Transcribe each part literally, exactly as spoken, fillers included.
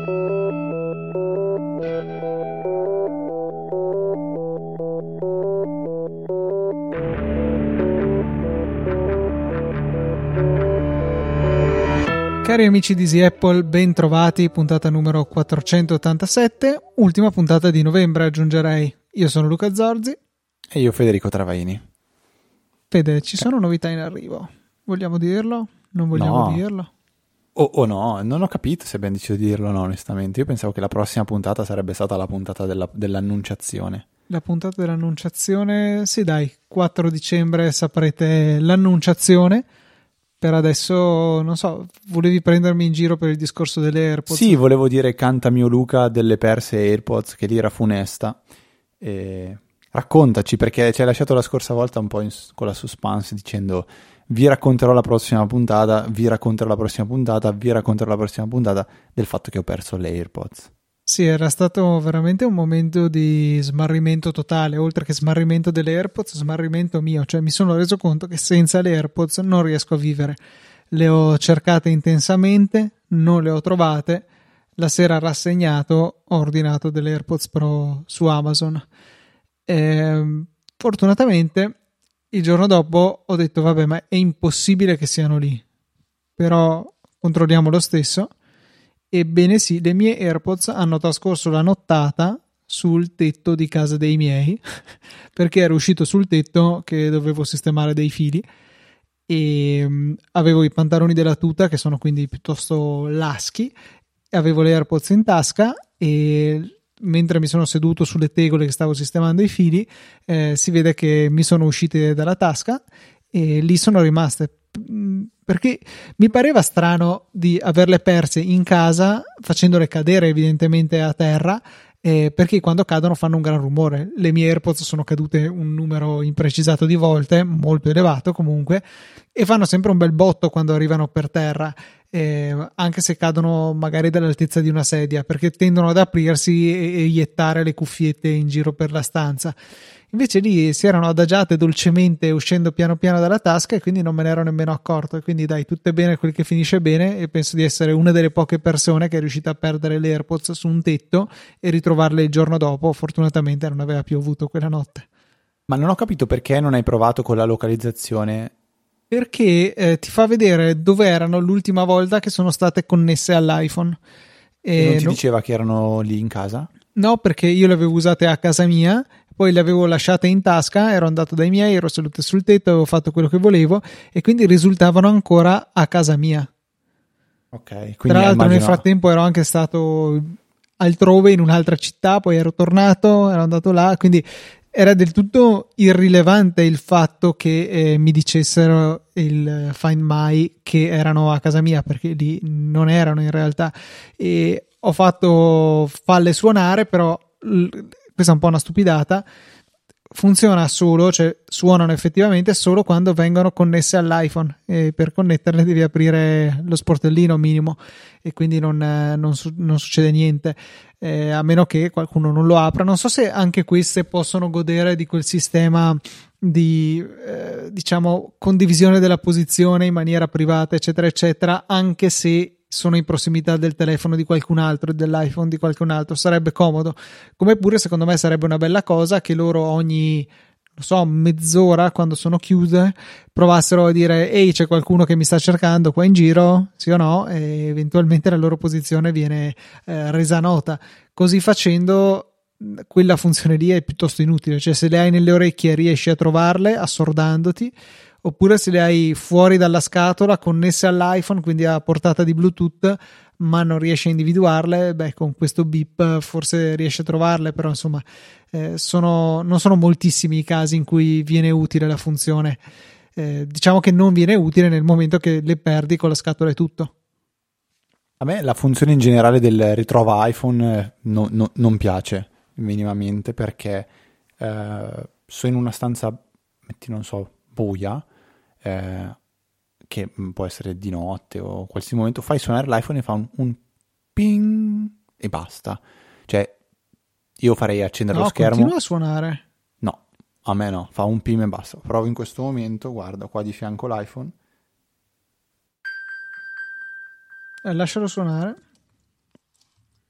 Cari amici di Easy Apple, ben trovati, puntata numero quattrocentottantasette, ultima puntata di novembre aggiungerei. Io sono Luca Zorzi. E io Federico Travaini. Fede, ci sono novità in arrivo? Vogliamo dirlo? Non vogliamo no. dirlo? O oh, oh no, non ho capito se abbiamo deciso di dirlo o no, onestamente. Io pensavo che la prossima puntata sarebbe stata la puntata della, dell'annunciazione. La puntata dell'annunciazione, sì dai, quattro dicembre saprete l'annunciazione. Per adesso, non so, volevi prendermi in giro per il discorso delle AirPods? Sì, volevo dire canta mio Luca delle perse AirPods, che lì era funesta. E... raccontaci, perché ci hai lasciato la scorsa volta un po' in, con la suspense dicendo vi racconterò la prossima puntata, vi racconterò la prossima puntata, vi racconterò la prossima puntata del fatto che ho perso le AirPods. Sì, era stato veramente un momento di smarrimento totale, oltre che smarrimento delle AirPods, smarrimento mio, cioè mi sono reso conto che senza le AirPods non riesco a vivere. Le ho cercate intensamente, non le ho trovate, la sera rassegnato ho ordinato delle AirPods Pro su Amazon. E, fortunatamente il giorno dopo ho detto vabbè, ma è impossibile che siano lì, però controlliamo lo stesso. Ebbene sì, le mie AirPods hanno trascorso la nottata sul tetto di casa dei miei perché ero uscito sul tetto che dovevo sistemare dei fili e um, avevo i pantaloni della tuta che sono quindi piuttosto laschi, avevo le AirPods in tasca e mentre mi sono seduto sulle tegole che stavo sistemando i fili eh, si vede che mi sono uscite dalla tasca e lì sono rimaste, perché mi pareva strano di averle perse in casa facendole cadere evidentemente a terra, eh, perché quando cadono fanno un gran rumore. Le mie AirPods sono cadute un numero imprecisato di volte, molto elevato comunque, e fanno sempre un bel botto quando arrivano per terra, eh, anche se cadono magari dall'altezza di una sedia, perché tendono ad aprirsi e, e iettare le cuffiette in giro per la stanza. Invece lì si erano adagiate dolcemente uscendo piano piano dalla tasca e quindi non me ne ero nemmeno accorto. E quindi dai, tutto è bene quel che finisce bene, e penso di essere una delle poche persone che è riuscita a perdere le AirPods su un tetto e ritrovarle il giorno dopo. Fortunatamente non aveva piovuto quella notte. Ma non ho capito perché non hai provato con la localizzazione. Perché eh, ti fa vedere dove erano l'ultima volta che sono state connesse all'iPhone. E, e non ti no... diceva che erano lì in casa? No, perché io le avevo usate a casa mia, poi le avevo lasciate in tasca, ero andato dai miei, ero seduto sul tetto, avevo fatto quello che volevo e quindi risultavano ancora a casa mia. Ok, quindi tra l'altro immagino... nel frattempo ero anche stato altrove in un'altra città, poi ero tornato, ero andato là, quindi era del tutto irrilevante il fatto che eh, mi dicessero il Find My che erano a casa mia, perché lì non erano in realtà. E ho fatto falle suonare, però l- questa è un po' una stupidata, funziona solo, cioè suonano effettivamente solo quando vengono connesse all'iPhone, e per connetterle devi aprire lo sportellino minimo e quindi non, non, su- non succede niente, eh, a meno che qualcuno non lo apra. Non so se anche queste possono godere di quel sistema di eh, diciamo condivisione della posizione in maniera privata eccetera eccetera, anche se sono in prossimità del telefono di qualcun altro, dell'iPhone di qualcun altro. Sarebbe comodo, come pure secondo me sarebbe una bella cosa che loro ogni, non so, mezz'ora quando sono chiuse provassero a dire ehi, c'è qualcuno che mi sta cercando qua in giro, sì o no, e eventualmente la loro posizione viene eh, resa nota. Così facendo quella funzione lì è piuttosto inutile, cioè se le hai nelle orecchie riesci a trovarle assordandoti, oppure se le hai fuori dalla scatola connesse all'iPhone, quindi a portata di Bluetooth, ma non riesci a individuarle, beh, con questo beep forse riesci a trovarle, però insomma eh, sono, non sono moltissimi i casi in cui viene utile la funzione. Eh, diciamo che non viene utile nel momento che le perdi con la scatola e tutto. A me la funzione in generale del ritrova iPhone no, no, non piace minimamente, perché eh, sono in una stanza, metti non so, buia, eh, che può essere di notte o qualsiasi momento, fai suonare l'iPhone e fa un, un ping e basta. Cioè io farei accendere no, lo schermo. Continua a suonare. No, a me no, fa un ping e basta. Provo in questo momento, guarda qua di fianco l'iPhone. Eh, lascialo suonare.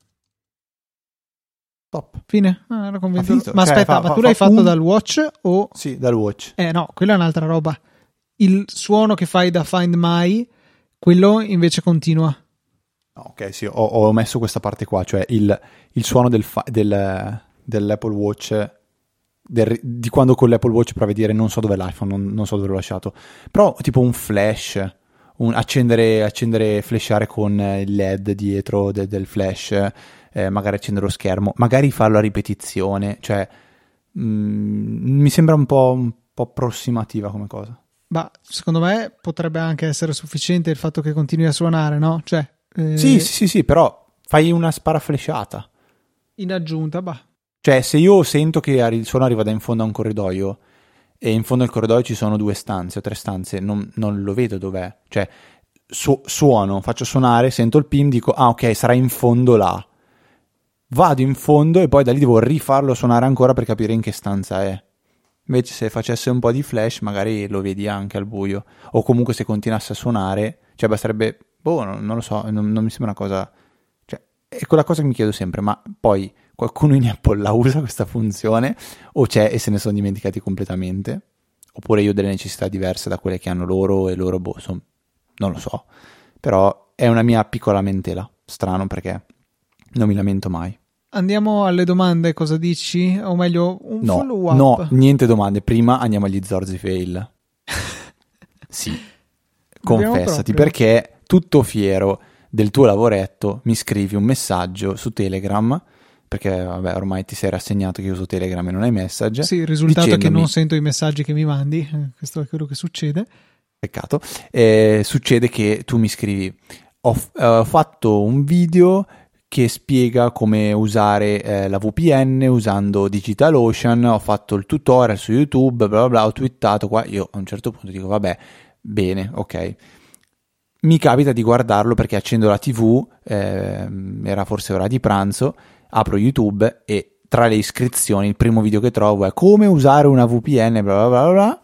Top. Fine. Ah, ero convinto. finito. Ma Cioè, aspetta, fa- ma fa- tu fa l'hai fatto un- dal watch o... Sì, dal watch. Eh no, quella è un'altra roba. Il suono che fai da Find My, quello invece continua. Ok, sì, ho, ho messo questa parte qua, cioè il, il suono del, fa- del, dell'Apple Watch, del- di quando con l'Apple Watch provi a dire non so dove è l'iPhone, non, non so dove l'ho lasciato, però tipo un flash, un accendere, accendere, flashare con il L E D dietro de- del flash, eh, magari accendere lo schermo, magari farlo a ripetizione, cioè mh, mi sembra un po', un po' approssimativa come cosa. Ma secondo me potrebbe anche essere sufficiente il fatto che continui a suonare, no? Cioè, eh, Sì, sì, sì, sì, però fai una sparaflashata. in aggiunta, bah. Cioè, se io sento che arri- il suono arriva da in fondo a un corridoio e in fondo al corridoio ci sono due stanze o tre stanze, non, non lo vedo dov'è. Cioè, su- suono, faccio suonare, sento il pim, dico, ah ok, sarà in fondo là. Vado in fondo e poi da lì devo rifarlo suonare ancora per capire in che stanza è. Invece se facesse un po' di flash magari lo vedi anche al buio. O comunque se continuasse a suonare, cioè basterebbe, boh, non, non lo so, non, non mi sembra una cosa... Cioè, è quella cosa che mi chiedo sempre, ma poi qualcuno in Apple la usa questa funzione o c'è e se ne sono dimenticati completamente? Oppure io ho delle necessità diverse da quelle che hanno loro e loro, boh, son, non lo so. Però è una mia piccola lamentela, strano perché non mi lamento mai. Andiamo alle domande, cosa dici? O meglio, un No, follow up. no, niente domande. Prima andiamo agli Zorzi fail. Sì, Dobbiamo confessati, proprio. perché tutto fiero del tuo lavoretto mi scrivi un messaggio su Telegram, perché vabbè ormai ti sei rassegnato che io uso Telegram e non hai Message. Sì, il risultato è che dicendomi- non sento i messaggi che mi mandi, eh, questo è quello che succede. Peccato. Eh, succede che tu mi scrivi, ho, f- eh, ho fatto un video che spiega come usare eh, la V P N usando DigitalOcean, ho fatto il tutorial su YouTube, bla bla bla, ho twittato qua, io a un certo punto dico vabbè, bene, ok. Mi capita di guardarlo perché accendo la tivù, ehm, era forse ora di pranzo, apro YouTube e tra le iscrizioni il primo video che trovo è come usare una V P N, bla bla bla bla bla.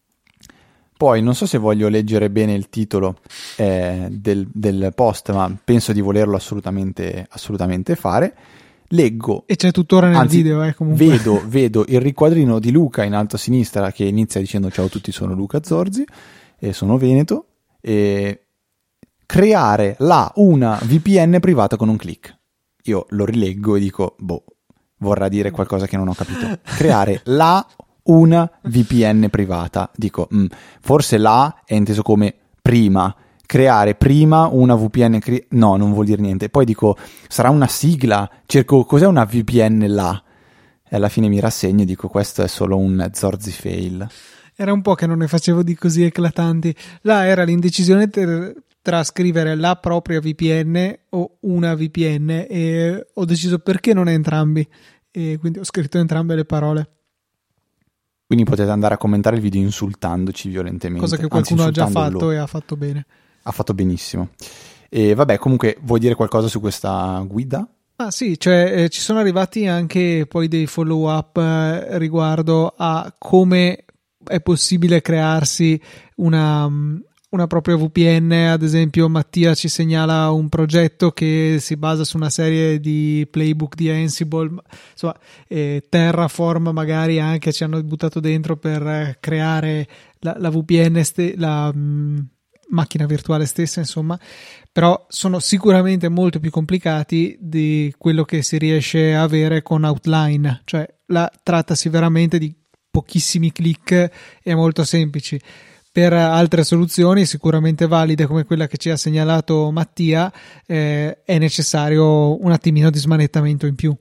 Poi non so se voglio leggere bene il titolo eh, del, del post, ma penso di volerlo assolutamente, assolutamente fare. Leggo, E c'è tuttora nel anzi, video, eh, comunque. vedo, vedo il riquadrino di Luca in alto a sinistra che inizia dicendo ciao a tutti, sono Luca Zorzi e sono Veneto. E creare la una V P N privata con un click. Io lo rileggo e dico, boh, vorrà dire qualcosa che non ho capito. Creare la una V P N privata. Dico, mm, forse la è inteso come prima. Creare prima una V P N... Cri- no, non vuol dire niente. Poi dico, sarà una sigla. Cerco, cos'è una V P N là? E alla fine mi rassegno e dico, questo è solo un Zorzi fail. Era un po' che non ne facevo di così eclatanti. Là era l'indecisione ter- tra scrivere la propria V P N o una V P N e ho deciso perché non entrambi. E quindi ho scritto entrambe le parole. Quindi potete andare a commentare il video insultandoci violentemente. Cosa che Anzi, qualcuno ha già insultandolo. fatto e ha fatto bene. Ha fatto benissimo. E vabbè, comunque, vuoi dire qualcosa su questa guida? Ah sì, cioè eh, ci sono arrivati anche poi dei follow up eh, riguardo a come è possibile crearsi una, una propria V P N. Ad esempio Mattia ci segnala un progetto che si basa su una serie di playbook di Ansible, insomma eh, Terraform magari anche ci hanno buttato dentro per eh, creare la, la V P N, ste- la mh, macchina virtuale stessa, insomma. Però sono sicuramente molto più complicati di quello che si riesce a avere con Outline, cioè la trattasi veramente di pochissimi click e molto semplici. Per altre soluzioni sicuramente valide come quella che ci ha segnalato Mattia eh, è necessario un attimino di smanettamento in più.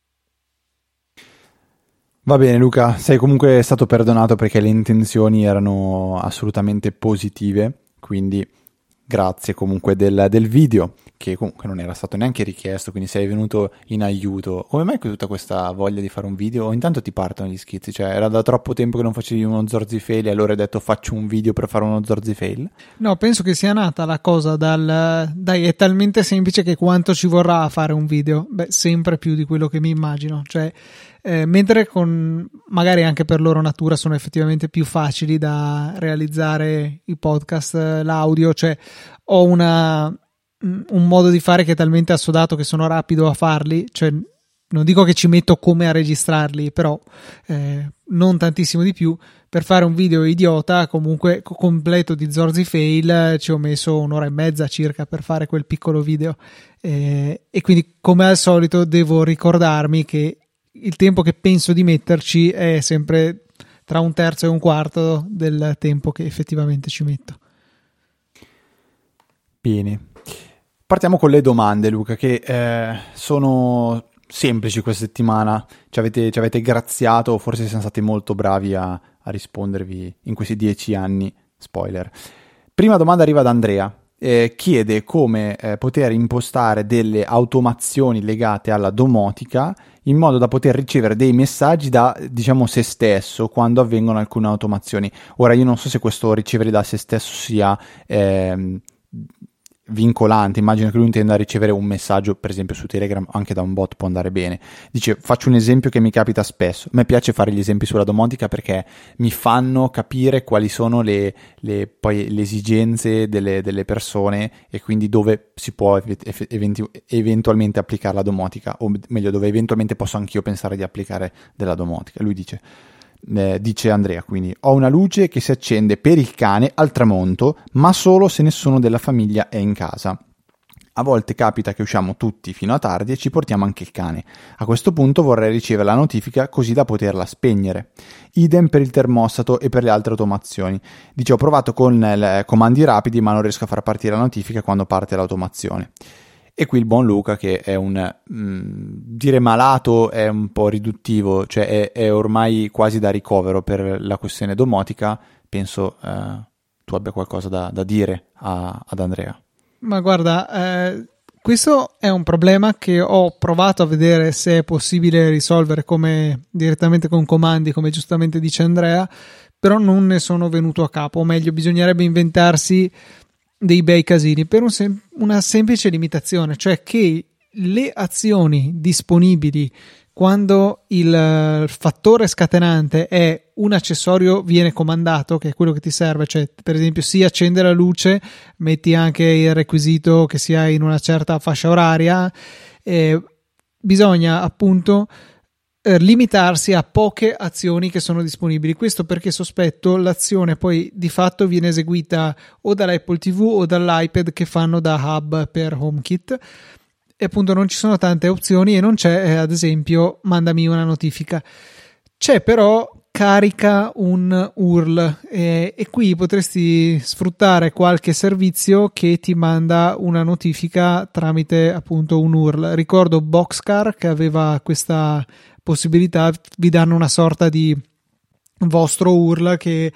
Va bene Luca, sei comunque stato perdonato perché le intenzioni erano assolutamente positive, quindi grazie comunque del, del video, che comunque non era stato neanche richiesto, quindi sei venuto in aiuto. Come mai tutta questa voglia di fare un video? O intanto ti partono gli schizzi? Cioè era da troppo tempo che non facevi uno Zorzi fail e allora hai detto faccio un video per fare uno Zorzi fail? No, penso che sia nata la cosa dal dai, è talmente semplice che quanto ci vorrà a fare un video? Beh, sempre più di quello che mi immagino, cioè eh, mentre con magari anche per loro natura sono effettivamente più facili da realizzare i podcast, l'audio, cioè ho una un modo di fare che è talmente assodato che sono rapido a farli, cioè non dico che ci metto come a registrarli, però eh, non tantissimo di più. Per fare un video idiota comunque completo di Zorzi Fail ci ho messo un'ora e mezza circa per fare quel piccolo video, eh, e quindi come al solito devo ricordarmi che il tempo che penso di metterci è sempre tra un terzo e un quarto del tempo che effettivamente ci metto. Bene, partiamo con le domande, Luca, che eh, sono semplici questa settimana. Ci avete, ci avete graziato, forse siamo stati molto bravi a, a rispondervi in questi dieci anni. Spoiler. Prima domanda arriva da Andrea. Eh, chiede come eh, poter impostare delle automazioni legate alla domotica in modo da poter ricevere dei messaggi da, diciamo, se stesso quando avvengono alcune automazioni. Ora, io non so se questo ricevere da se stesso sia ehm, vincolante. Immagino che lui intenda ricevere un messaggio, per esempio su Telegram, anche da un bot può andare bene. Dice, faccio un esempio che mi capita spesso. A me piace fare gli esempi sulla domotica perché mi fanno capire quali sono le, le, poi, le esigenze delle, delle persone, e quindi dove si può eventi- eventualmente applicare la domotica, o meglio, dove eventualmente posso anch'io pensare di applicare della domotica. Lui dice Eh, dice Andrea, quindi ho una luce che si accende per il cane al tramonto, ma solo se nessuno della famiglia è in casa. A volte capita che usciamo tutti fino a tardi e ci portiamo anche il cane. A questo punto vorrei ricevere la notifica così da poterla spegnere. Idem per il termostato e per le altre automazioni. Dice, ho provato con i comandi rapidi ma non riesco a far partire la notifica quando parte l'automazione. E qui il buon Luca, che è un mh, dire malato è un po' riduttivo, cioè è, è ormai quasi da ricovero per la questione domotica. Penso eh, tu abbia qualcosa da, da dire a, ad Andrea. Ma guarda, eh, questo è un problema che ho provato a vedere se è possibile risolvere come direttamente con comandi, come giustamente dice Andrea, però non ne sono venuto a capo, o meglio, bisognerebbe inventarsi dei bei casini per un sem- una semplice limitazione, cioè che le azioni disponibili quando il, il fattore scatenante è un accessorio viene comandato, che è quello che ti serve, cioè per esempio si accende la luce, metti anche il requisito che sia in una certa fascia oraria, eh, bisogna appunto limitarsi a poche azioni che sono disponibili. Questo perché sospetto l'azione poi di fatto viene eseguita o dall'Apple ti vu o dall'iPad, che fanno da hub per HomeKit, e appunto non ci sono tante opzioni e non c'è eh, ad esempio mandami una notifica. C'è però carica un U R L eh, e qui potresti sfruttare qualche servizio che ti manda una notifica tramite appunto un U R L. Ricordo Boxcar che aveva questa possibilità, vi danno una sorta di vostro U R L che,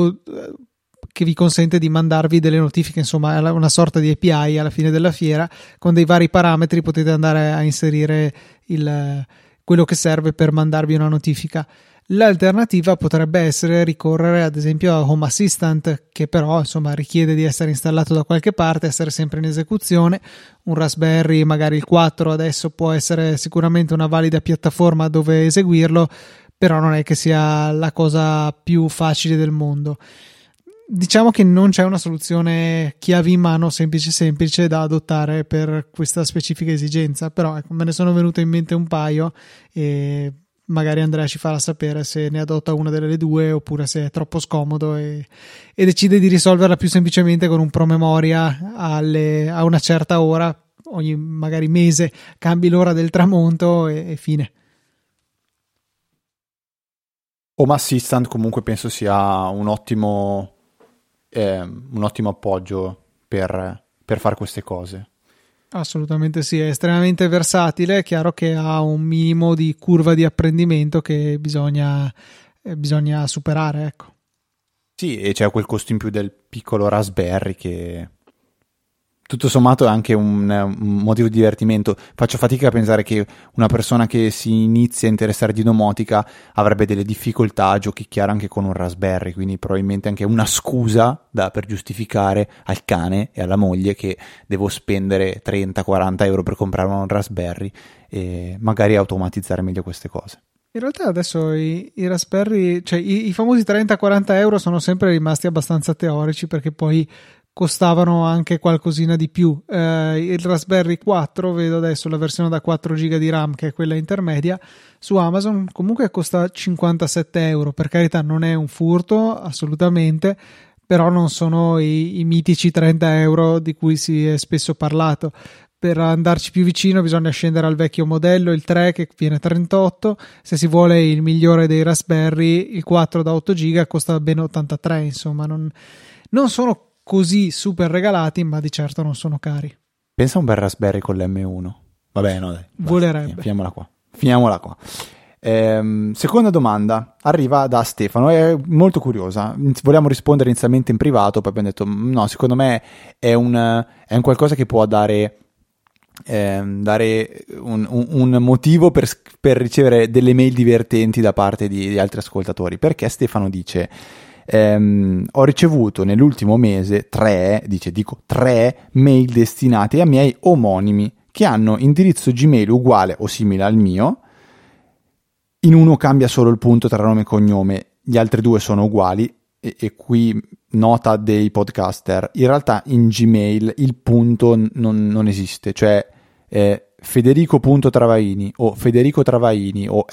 che vi consente di mandarvi delle notifiche, insomma è una sorta di A P I alla fine della fiera, con dei vari parametri potete andare a inserire il, quello che serve per mandarvi una notifica. L'alternativa potrebbe essere ricorrere ad esempio a Home Assistant, che però insomma richiede di essere installato da qualche parte, essere sempre in esecuzione. Un Raspberry, magari il quattro adesso, può essere sicuramente una valida piattaforma dove eseguirlo, però non è che sia la cosa più facile del mondo. Diciamo che non c'è una soluzione chiavi in mano semplice semplice da adottare per questa specifica esigenza, però ecco, me ne sono venute in mente un paio e magari Andrea ci farà sapere se ne adotta una delle due oppure se è troppo scomodo e, e decide di risolverla più semplicemente con un promemoria alle, a una certa ora, ogni magari mese cambi l'ora del tramonto e, e fine. Home Assistant comunque penso sia un ottimo eh, un ottimo appoggio per, per fare queste cose. Assolutamente sì, è estremamente versatile, è chiaro che ha un minimo di curva di apprendimento che bisogna, eh, bisogna superare, ecco. Sì, e c'è quel costo in più del piccolo Raspberry che tutto sommato è anche un, un motivo di divertimento. Faccio fatica a pensare che una persona che si inizia a interessare di domotica avrebbe delle difficoltà a giochicchiare anche con un Raspberry, quindi probabilmente anche una scusa da, per giustificare al cane e alla moglie che devo spendere trenta quaranta euro per comprare un Raspberry e magari automatizzare meglio queste cose. In realtà adesso i, i Raspberry, cioè i, i famosi trenta quaranta euro sono sempre rimasti abbastanza teorici, perché poi costavano anche qualcosina di più. Eh, il Raspberry quattro, vedo adesso la versione da quattro giga di RAM, che è quella intermedia, su Amazon comunque costa cinquantasette euro. Per carità, non è un furto assolutamente, però non sono i, i mitici trenta euro di cui si è spesso parlato. Per andarci più vicino bisogna scendere al vecchio modello, il tre, che viene trentotto. Se si vuole il migliore dei Raspberry, il quattro da otto giga costa ben ottantatré. Insomma, non, non sono così super regalati, ma di certo non sono cari. Pensa a un bel Raspberry con l'emme uno. Vabbè, no, dai. Basta, volerebbe. Finiamola qua. Finiamola qua. Ehm, seconda domanda arriva da Stefano, è molto curiosa. Vogliamo rispondere inizialmente in privato, poi abbiamo detto no, secondo me è un, è un qualcosa che può dare, eh, dare un, un, un motivo per, per ricevere delle mail divertenti da parte di, di altri ascoltatori. Perché Stefano dice: ehm, ho ricevuto nell'ultimo mese tre, dice dico tre mail destinate a miei omonimi che hanno indirizzo Gmail uguale o simile al mio. In uno cambia solo il punto tra nome e cognome, gli altri due sono uguali, e, e qui nota dei podcaster: in realtà in Gmail il punto non, non esiste, cioè eh, Federico.Travaini o Federico Travaini o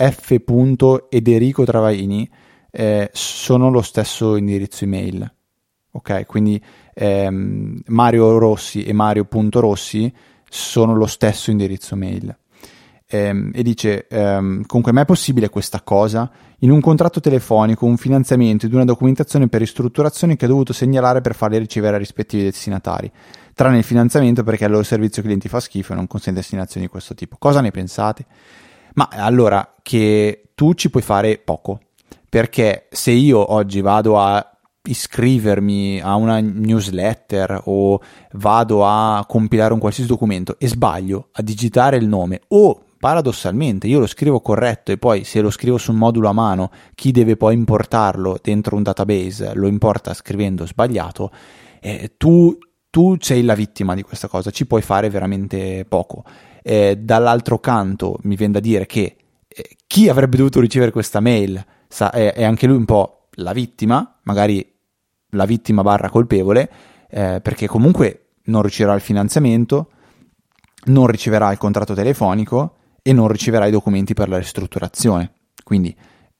F.Ederico Travaini eh, sono lo stesso indirizzo email, ok? Quindi ehm, Mario Rossi e Mario.Rossi sono lo stesso indirizzo mail. Ehm, e dice ehm, comunque, ma è possibile questa cosa? In un contratto telefonico, un finanziamento ed una documentazione per ristrutturazione che ho dovuto segnalare per farli ricevere ai rispettivi destinatari, tranne il finanziamento perché il loro servizio clienti fa schifo e non consente destinazioni di questo tipo. Cosa ne pensate? Ma allora, che tu ci puoi fare poco, perché se io oggi vado a iscrivermi a una newsletter o vado a compilare un qualsiasi documento e sbaglio a digitare il nome, o paradossalmente io lo scrivo corretto e poi se lo scrivo su un modulo a mano, chi deve poi importarlo dentro un database lo importa scrivendo sbagliato, eh, tu, tu sei la vittima di questa cosa, ci puoi fare veramente poco. Eh, dall'altro canto mi viene da dire che eh, chi avrebbe dovuto ricevere questa mail sa, è, è anche lui un po' la vittima, magari la vittima barra colpevole, eh, perché comunque non riceverà il finanziamento, non riceverà il contratto telefonico e non riceverà i documenti per la ristrutturazione. Quindi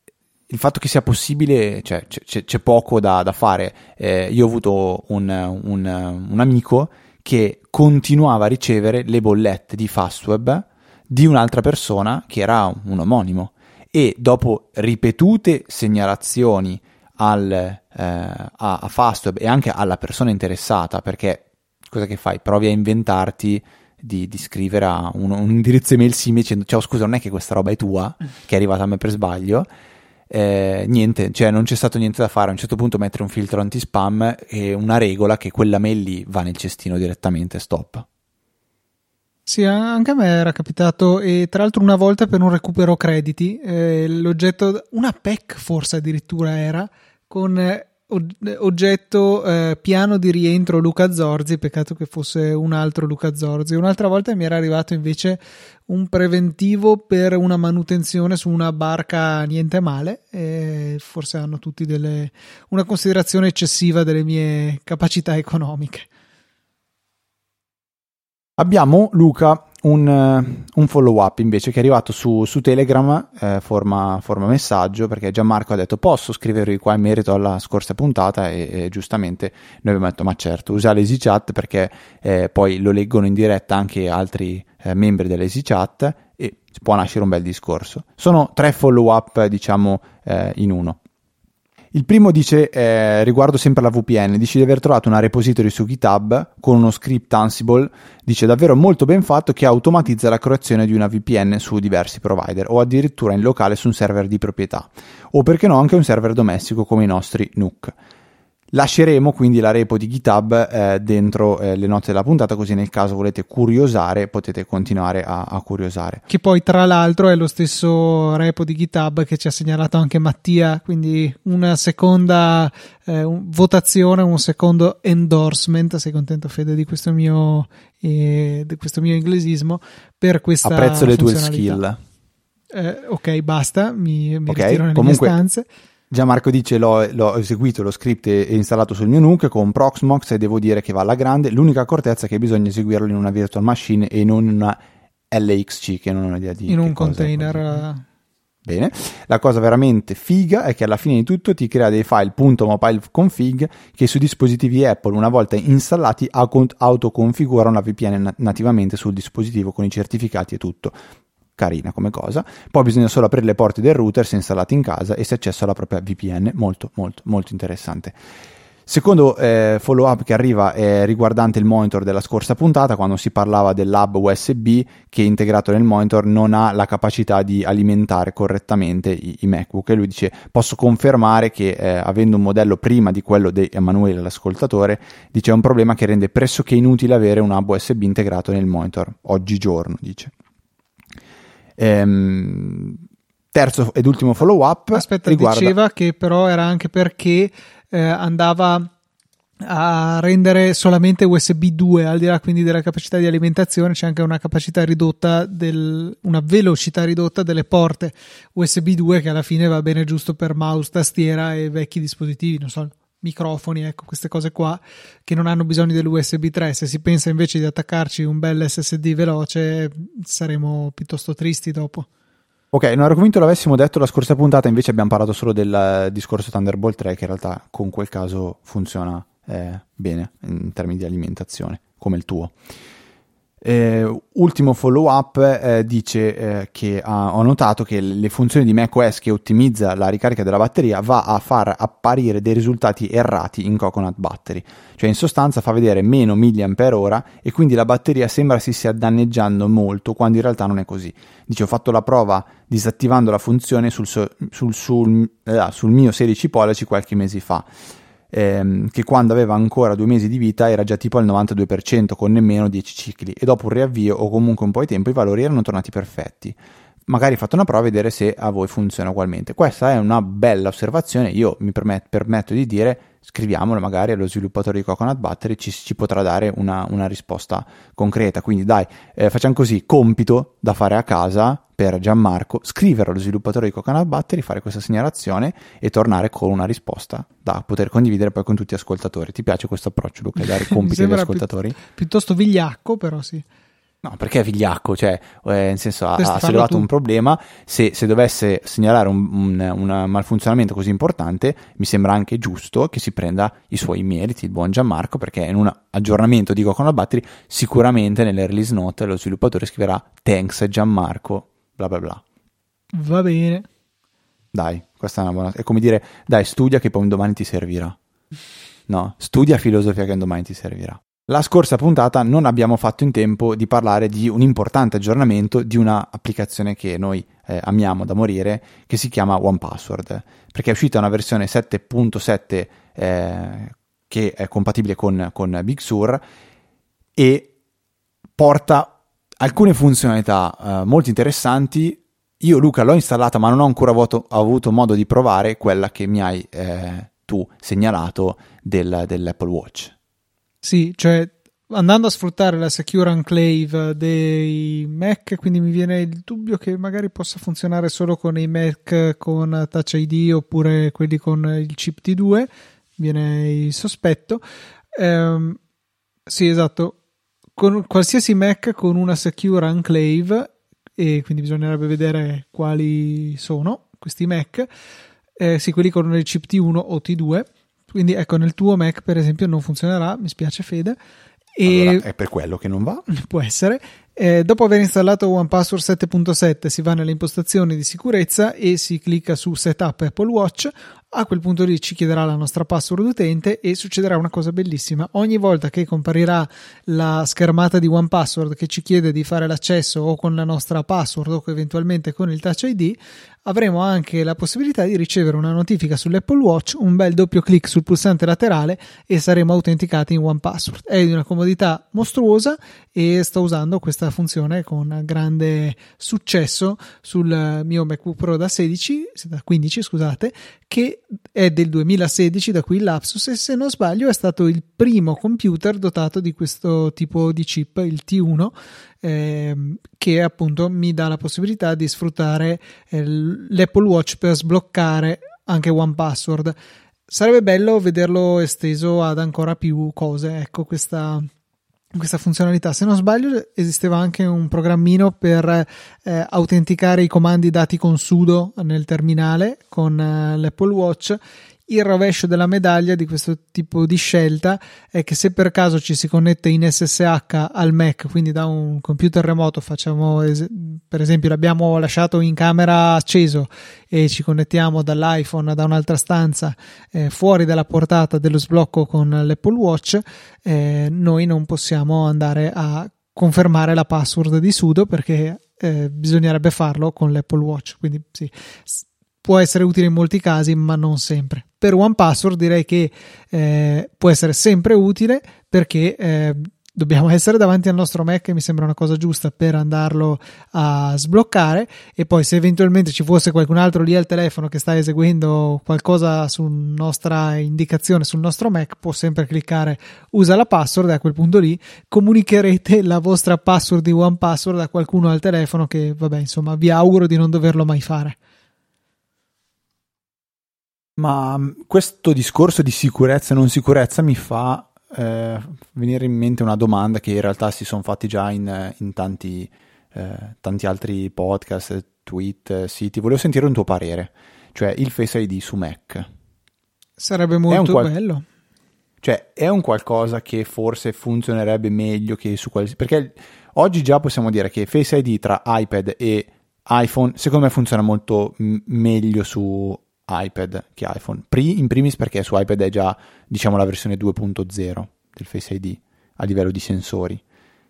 il fatto che sia possibile, cioè, c'è, c'è poco da, da fare. Eh, io ho avuto un, un, un amico che continuava a ricevere le bollette di Fastweb di un'altra persona che era un omonimo, e dopo ripetute segnalazioni al, eh, a, a Fastweb e anche alla persona interessata, perché cosa che fai? Provi a inventarti di, di scrivere a un, un indirizzo email simile dicendo ciao, scusa, non è che questa roba è tua, che è arrivata a me per sbaglio. Eh, niente, cioè non c'è stato niente da fare. A un certo punto mettere un filtro anti-spam e una regola che quella mail lì va nel cestino direttamente, stop. Sì, anche a me era capitato, e tra l'altro una volta per un recupero crediti, eh, l'oggetto, una P E C forse addirittura era, con eh, oggetto eh, piano di rientro Luca Zorzi, peccato che fosse un altro Luca Zorzi. Un'altra volta mi era arrivato invece un preventivo per una manutenzione su una barca niente male, e forse hanno tutti delle, una considerazione eccessiva delle mie capacità economiche. Abbiamo, Luca, un, un follow up invece che è arrivato su, su Telegram, eh, forma, forma messaggio, perché Gianmarco ha detto posso scrivervi qua in merito alla scorsa puntata, e, e giustamente noi abbiamo detto ma certo, usa l'EasyChat perché eh, poi lo leggono in diretta anche altri eh, membri dell'EasyChat e può nascere un bel discorso. Sono tre follow up, diciamo, eh, in uno. Il primo dice, eh, riguardo sempre la V P N, dice di aver trovato una repository su GitHub con uno script Ansible, dice davvero molto ben fatto, che automatizza la creazione di una V P N su diversi provider o addirittura in locale su un server di proprietà, o perché no anche un server domestico come i nostri N U C. Lasceremo quindi la repo di GitHub eh, dentro eh, le note della puntata, così nel caso volete curiosare potete continuare a, a curiosare. Che poi tra l'altro è lo stesso repo di GitHub che ci ha segnalato anche Mattia, quindi una seconda eh, un, votazione, un secondo endorsement. Sei contento, Fede, di questo mio, eh, di questo mio inglesismo? Per questa apprezzo le tue skill. Eh, ok, basta, mi, mi okay, ritiro nelle comunque... mie stanze. Gianmarco dice l'ho, l'ho eseguito lo script e installato sul mio N U C con Proxmox e devo dire che va alla grande. L'unica accortezza è che bisogna eseguirlo in una virtual machine e non in una L X C, che non ho idea di in che un cosa è. container. Bene, la cosa veramente figa è che alla fine di tutto ti crea dei file .mobileconfig che su dispositivi Apple, una volta installati, autoconfigurano la V P N nativamente sul dispositivo con i certificati e tutto. Carina come cosa. Poi bisogna solo aprire le porte del router se installati in casa e si accesso alla propria V P N. Molto molto molto interessante. Secondo eh, follow up che arriva è riguardante il monitor della scorsa puntata, quando si parlava dell'hub U S B che integrato nel monitor non ha la capacità di alimentare correttamente i, i MacBook, e lui dice: posso confermare che eh, avendo un modello prima di quello di Emanuele l'ascoltatore, dice è un problema che rende pressoché inutile avere un hub U S B integrato nel monitor oggigiorno, dice. Ehm, terzo ed ultimo follow up. Aspetta, riguarda... diceva che però era anche perché eh, andava a rendere solamente U S B due, al di là quindi della capacità di alimentazione c'è anche una capacità ridotta del, una velocità ridotta delle porte U S B due, che alla fine va bene giusto per mouse, tastiera e vecchi dispositivi, non so, microfoni, ecco, queste cose qua che non hanno bisogno dell'U S B tre. Se si pensa invece di attaccarci un bel S S D veloce, saremo piuttosto tristi dopo. Ok, non ero convinto l'avessimo detto la scorsa puntata, invece abbiamo parlato solo del discorso Thunderbolt tre, che in realtà con quel caso funziona eh, bene in termini di alimentazione, come il tuo. Eh, ultimo follow up, eh, dice eh, che ha, ho notato che le funzioni di macOS che ottimizza la ricarica della batteria va a far apparire dei risultati errati in Coconut Battery, cioè in sostanza fa vedere meno milliampere ora e quindi la batteria sembra si stia danneggiando molto, quando in realtà non è così. Dice: ho fatto la prova disattivando la funzione sul, sul, sul, sul, eh, sul mio sedici pollici qualche mese fa, Ehm, che quando aveva ancora due mesi di vita era già tipo al novantadue per cento con nemmeno dieci cicli, e dopo un riavvio o comunque un po' di tempo i valori erano tornati perfetti. Magari fate una prova e vedere se a voi funziona ugualmente. Questa è una bella osservazione, io mi permet- permetto di dire, scriviamolo magari allo sviluppatore di Coconut Battery, ci, ci potrà dare una, una risposta concreta. Quindi dai, eh, facciamo così: compito da fare a casa per Gianmarco, scrivere allo sviluppatore di Coconut Battery, fare questa segnalazione e tornare con una risposta da poter condividere poi con tutti gli ascoltatori. Ti piace questo approccio, Luca, dare compiti agli ascoltatori? Pi- piuttosto vigliacco, però sì. No, perché è vigliacco, cioè, eh, nel senso, ha, ha sollevato tu. un problema. Se, se dovesse segnalare un, un, un malfunzionamento così importante, mi sembra anche giusto che si prenda i suoi meriti, il buon Gianmarco, perché in un aggiornamento di Coconut Battery sicuramente nelle release note lo sviluppatore scriverà thanks Gianmarco, bla bla bla. Va bene. Dai, questa è una buona... è come dire, dai, studia che poi un domani ti servirà. No, studia filosofia che un domani ti servirà. La scorsa puntata non abbiamo fatto in tempo di parlare di un importante aggiornamento di una applicazione che noi eh, amiamo da morire, che si chiama one password, perché è uscita una versione sette punto sette eh, che è compatibile con, con Big Sur e porta alcune funzionalità eh, molto interessanti. Io, Luca, l'ho installata ma non ho ancora avuto, avuto modo di provare quella che mi hai eh, tu segnalato del, dell'Apple Watch. Sì, cioè andando a sfruttare la Secure Enclave dei Mac, quindi mi viene il dubbio che magari possa funzionare solo con i Mac con Touch I D oppure quelli con il chip T due, viene il sospetto. Ehm, sì, esatto, con qualsiasi Mac con una Secure Enclave, e quindi bisognerebbe vedere quali sono questi Mac, eh, sì, quelli con il chip T uno o T due. Quindi ecco, nel tuo Mac per esempio non funzionerà, mi spiace Fede. E allora è per quello che non va? Può essere. Eh, dopo aver installato one password sette punto sette si va nelle impostazioni di sicurezza e si clicca su Setup Apple Watch. A quel punto lì ci chiederà la nostra password utente e succederà una cosa bellissima: ogni volta che comparirà la schermata di one password che ci chiede di fare l'accesso o con la nostra password o eventualmente con il Touch I D, avremo anche la possibilità di ricevere una notifica sull'Apple Watch, un bel doppio clic sul pulsante laterale e saremo autenticati in one password. È di una comodità mostruosa e sto usando questa funzione con grande successo sul mio MacBook Pro da sedici, da quindici scusate, che è del duemilasedici, da qui il lapsus, e se non sbaglio è stato il primo computer dotato di questo tipo di chip, il T uno, ehm, che appunto mi dà la possibilità di sfruttare eh, l'Apple Watch per sbloccare anche one password. Sarebbe bello vederlo esteso ad ancora più cose, ecco, questa, questa funzionalità. Se non sbaglio esisteva anche un programmino per eh, autenticare i comandi dati con sudo nel terminale con eh, l'Apple Watch. Il rovescio della medaglia di questo tipo di scelta è che se per caso ci si connette in S S H al Mac, quindi da un computer remoto, facciamo es- per esempio l'abbiamo lasciato in camera acceso e ci connettiamo dall'iPhone da un'altra stanza eh, fuori dalla portata dello sblocco con l'Apple Watch, eh, noi non possiamo andare a confermare la password di sudo perché eh, bisognerebbe farlo con l'Apple Watch, quindi sì, può essere utile in molti casi ma non sempre. Per one password direi che eh, può essere sempre utile perché eh, dobbiamo essere davanti al nostro Mac e mi sembra una cosa giusta per andarlo a sbloccare, e poi se eventualmente ci fosse qualcun altro lì al telefono che sta eseguendo qualcosa su nostra indicazione sul nostro Mac può sempre cliccare usa la password e a quel punto lì comunicherete la vostra password di one password a qualcuno al telefono che vabbè insomma vi auguro di non doverlo mai fare. Ma questo discorso di sicurezza e non sicurezza mi fa eh, venire in mente una domanda che in realtà si sono fatti già in, in tanti, eh, tanti altri podcast, tweet, siti. Volevo sentire un tuo parere, cioè il Face I D su Mac. Sarebbe molto qual- bello. Cioè è un qualcosa che forse funzionerebbe meglio che su qualsiasi... Perché oggi già possiamo dire che Face I D tra iPad e iPhone secondo me funziona molto m- meglio su iPad che iPhone, Pri- in primis perché su iPad è già diciamo la versione due punto zero del Face I D a livello di sensori,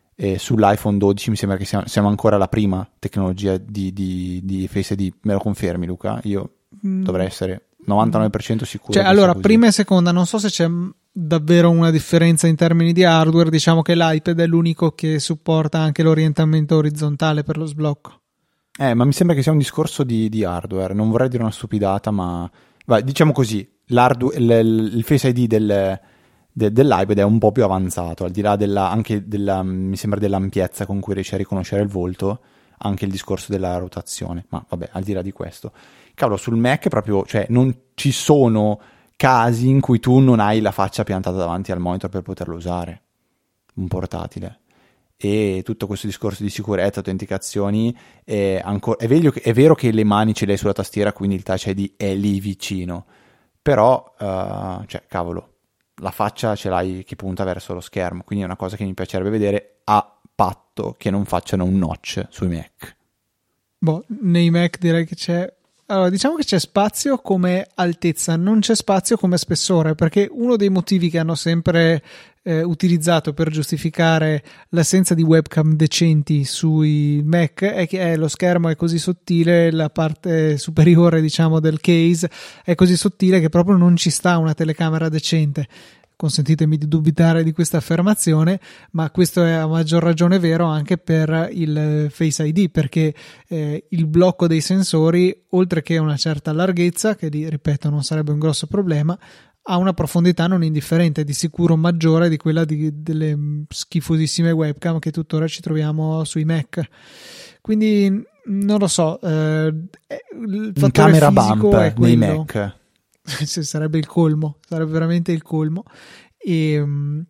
e sull'iPhone dodici mi sembra che siamo, siamo ancora la prima tecnologia di, di, di Face I D. Me lo confermi Luca? Io mm. dovrei essere novantanove per cento sicuro. Cioè allora prima e seconda non so se c'è davvero una differenza in termini di hardware, diciamo che l'iPad è l'unico che supporta anche l'orientamento orizzontale per lo sblocco. Eh, ma mi sembra che sia un discorso di, di hardware, non vorrei dire una stupidata, ma vai, diciamo così, l'hardware, il, il Face I D del, de, dell'iPad è un po' più avanzato, al di là della, anche della, mi sembra dell'ampiezza con cui riesce a riconoscere il volto, anche il discorso della rotazione, ma vabbè, al di là di questo. Cavolo, sul Mac proprio, cioè, non ci sono casi in cui tu non hai la faccia piantata davanti al monitor per poterlo usare, un portatile. E tutto questo discorso di sicurezza, autenticazioni, è, ancora, è, vero che, è vero che le mani ce le hai sulla tastiera, quindi il Touch I D è lì vicino, però, uh, cioè, cavolo, la faccia ce l'hai che punta verso lo schermo, quindi è una cosa che mi piacerebbe vedere, a patto che non facciano un notch sui Mac. Boh, nei Mac direi che c'è... Allora, diciamo che c'è spazio come altezza, non c'è spazio come spessore, perché uno dei motivi che hanno sempre eh, utilizzato per giustificare l'assenza di webcam decenti sui Mac è che eh, lo schermo è così sottile, la parte superiore, diciamo, del case è così sottile che proprio non ci sta una telecamera decente. Consentitemi di dubitare di questa affermazione, ma questo è a maggior ragione vero anche per il Face I D, perché eh, il blocco dei sensori, oltre che una certa larghezza, che di, ripeto non sarebbe un grosso problema, ha una profondità non indifferente, di sicuro maggiore di quella di, delle schifosissime webcam che tuttora ci troviamo sui Mac. Quindi non lo so, eh, il fattore camera fisico bump è quello. nei Mac. Sarebbe il colmo, sarebbe veramente il colmo. E um,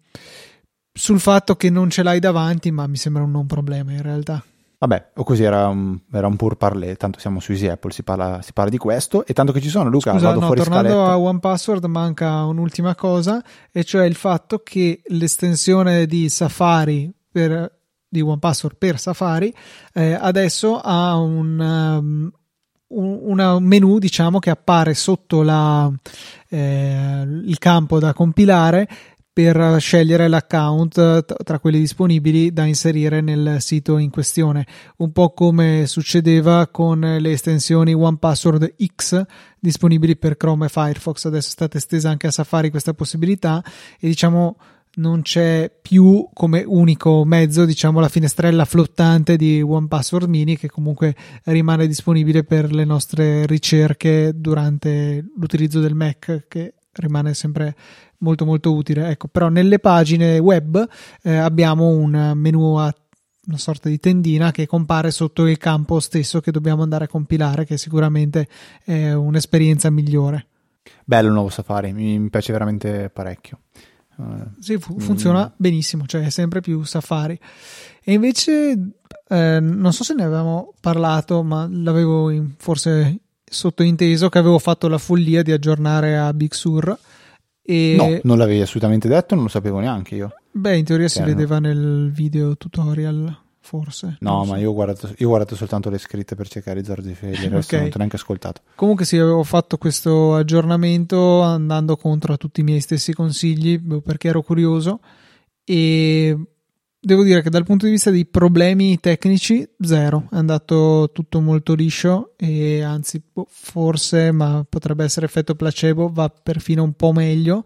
sul fatto che non ce l'hai davanti, ma mi sembra un non problema in realtà. Vabbè, o così era un, era un pur parler, tanto siamo su Easy Apple, si parla, si parla di questo, e tanto che ci sono, Luca, Scusa, vado no, fuori tornando scaletta. a one password manca un'ultima cosa, e cioè il fatto che l'estensione di Safari per, di one password per Safari eh, adesso ha un... Um, un menu, diciamo, che appare sotto la, eh, il campo da compilare per scegliere l'account tra quelli disponibili da inserire nel sito in questione, un po' come succedeva con le estensioni one password X disponibili per Chrome e Firefox. Adesso è stata estesa anche a Safari questa possibilità e diciamo non c'è più come unico mezzo, diciamo, la finestrella flottante di one password mini, che comunque rimane disponibile per le nostre ricerche durante l'utilizzo del Mac, che rimane sempre molto molto utile. Ecco, però nelle pagine web eh, abbiamo un menu a una sorta di tendina che compare sotto il campo stesso che dobbiamo andare a compilare, che sicuramente è un'esperienza migliore. Bello il nuovo Safari, mi, mi piace veramente parecchio. Uh, sì, fu- funziona mm. benissimo, cioè è sempre più Safari. E invece eh, non so se ne avevamo parlato, ma l'avevo in, forse sottointeso che avevo fatto la follia di aggiornare a Big Sur. E... No, non l'avevi assolutamente detto, non lo sapevo neanche io. Beh, in teoria si Chiaro. vedeva nel video tutorial, forse. No, so. ma io ho, guardato, io ho guardato soltanto le scritte per cercare i Zorzi Feli, il resto okay. non ti ho neanche ascoltato. Comunque sì, avevo fatto questo aggiornamento andando contro a tutti i miei stessi consigli, perché ero curioso, e devo dire che dal punto di vista dei problemi tecnici, zero, è andato tutto molto liscio e anzi forse, ma potrebbe essere effetto placebo, va perfino un po' meglio.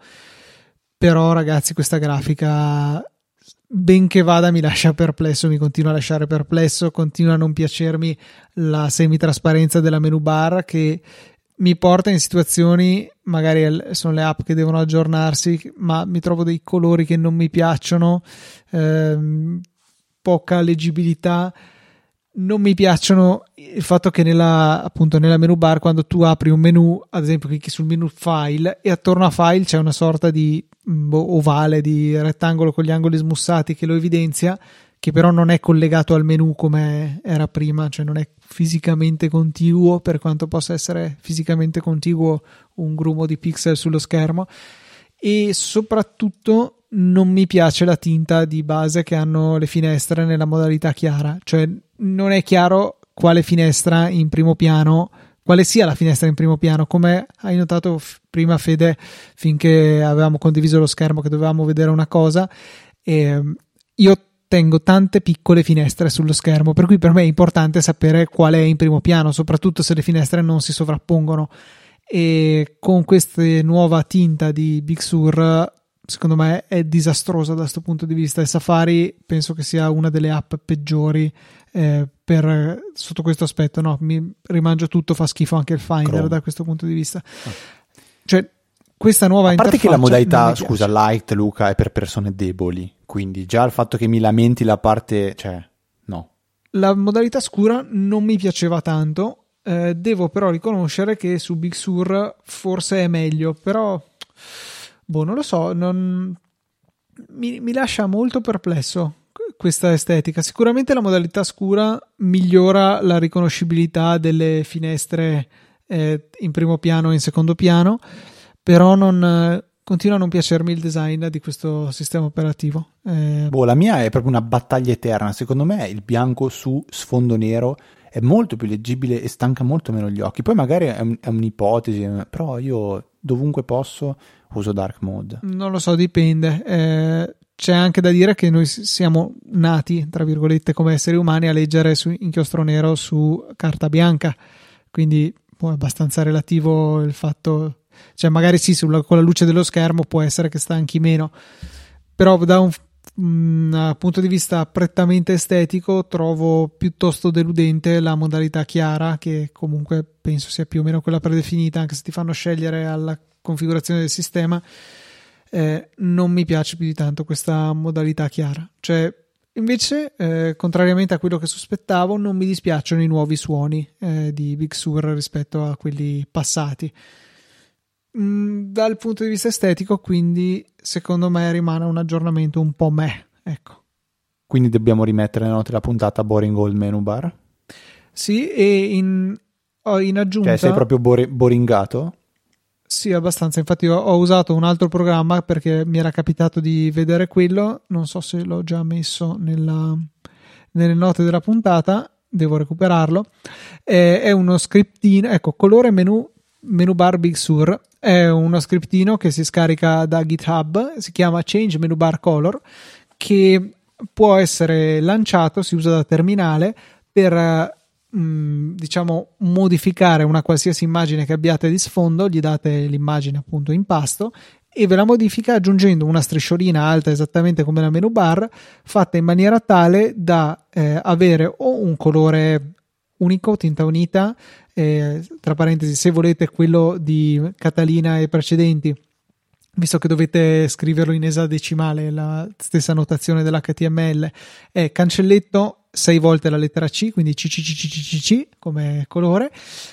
Però ragazzi, questa grafica, benché vada, mi lascia perplesso, mi continua a lasciare perplesso, continua a non piacermi la semitrasparenza della menu bar, che mi porta in situazioni, magari sono le app che devono aggiornarsi, ma mi trovo dei colori che non mi piacciono, ehm, poca leggibilità. Non mi piacciono il fatto che nella, appunto, nella menu bar, quando tu apri un menu, ad esempio clicchi sul menu file e attorno a file c'è una sorta di boh, ovale, di rettangolo con gli angoli smussati che lo evidenzia, che però non è collegato al menu come era prima, cioè non è fisicamente contiguo, per quanto possa essere fisicamente contiguo un grumo di pixel sullo schermo. E soprattutto non mi piace la tinta di base che hanno le finestre nella modalità chiara, cioè non è chiaro quale finestra in primo piano, quale sia la finestra in primo piano, come hai notato f- prima Fede, finché avevamo condiviso lo schermo che dovevamo vedere una cosa, e io tengo tante piccole finestre sullo schermo, per cui per me è importante sapere qual è in primo piano, soprattutto se le finestre non si sovrappongono, e con questa nuova tinta di Big Sur secondo me è disastrosa da questo punto di vista, e Safari penso che sia una delle app peggiori eh, per, sotto questo aspetto. No, mi rimangio tutto, fa schifo anche il Finder Chrome. Da questo punto di vista, cioè questa nuova a parte che la modalità, scusa, piace. light, Luca, è per persone deboli, quindi già il fatto che mi lamenti la parte, cioè no, la modalità scura non mi piaceva tanto, eh, devo però riconoscere che su Big Sur forse è meglio, però boh, non lo so, non... mi, mi lascia molto perplesso questa estetica. Sicuramente la modalità scura migliora la riconoscibilità delle finestre eh, in primo piano e in secondo piano, però non eh, continua a non piacermi il design di questo sistema operativo. Eh... Boh, la mia è proprio una battaglia eterna. Secondo me il bianco su sfondo nero è molto più leggibile e stanca molto meno gli occhi. Poi magari è, un, è un'ipotesi, però io dovunque posso uso dark mode. Non lo so, dipende. Eh, c'è anche da dire che noi siamo nati, tra virgolette, come esseri umani a leggere su inchiostro nero su carta bianca, quindi boh, è abbastanza relativo il fatto, cioè magari sì, sulla, con la luce dello schermo può essere che stanchi meno, però da un, un punto di vista prettamente estetico trovo piuttosto deludente la modalità chiara, che comunque penso sia più o meno quella predefinita, anche se ti fanno scegliere alla configurazione del sistema. Eh, non mi piace più di tanto questa modalità chiara, cioè invece eh, contrariamente a quello che sospettavo non mi dispiacciono i nuovi suoni eh, di Big Sur rispetto a quelli passati. Mm, dal punto di vista estetico quindi secondo me rimane un aggiornamento un po' meh, ecco. Quindi dobbiamo rimettere nelle note della puntata Boring Old Menu Bar? Sì, e in, in aggiunta, cioè sei proprio bore, boringato? Sì, abbastanza. Infatti ho, ho usato un altro programma perché mi era capitato di vedere quello, non so se l'ho già messo nella, nelle note della puntata, devo recuperarlo. È, è uno scriptino, ecco, colore menu, menu bar Big Sur, è uno scriptino che si scarica da GitHub, si chiama Change Menu Bar Color, che può essere lanciato, si usa da terminale per diciamo modificare una qualsiasi immagine che abbiate di sfondo, gli date l'immagine appunto in pasto e ve la modifica aggiungendo una strisciolina alta esattamente come la menu bar, fatta in maniera tale da eh, avere o un colore unico, tinta unita, eh, tra parentesi se volete quello di Catalina e precedenti, visto che dovete scriverlo in esadecimale, la stessa notazione dell'H T M L, è cancelletto sei volte la lettera C, quindi C C C C C C C come colore,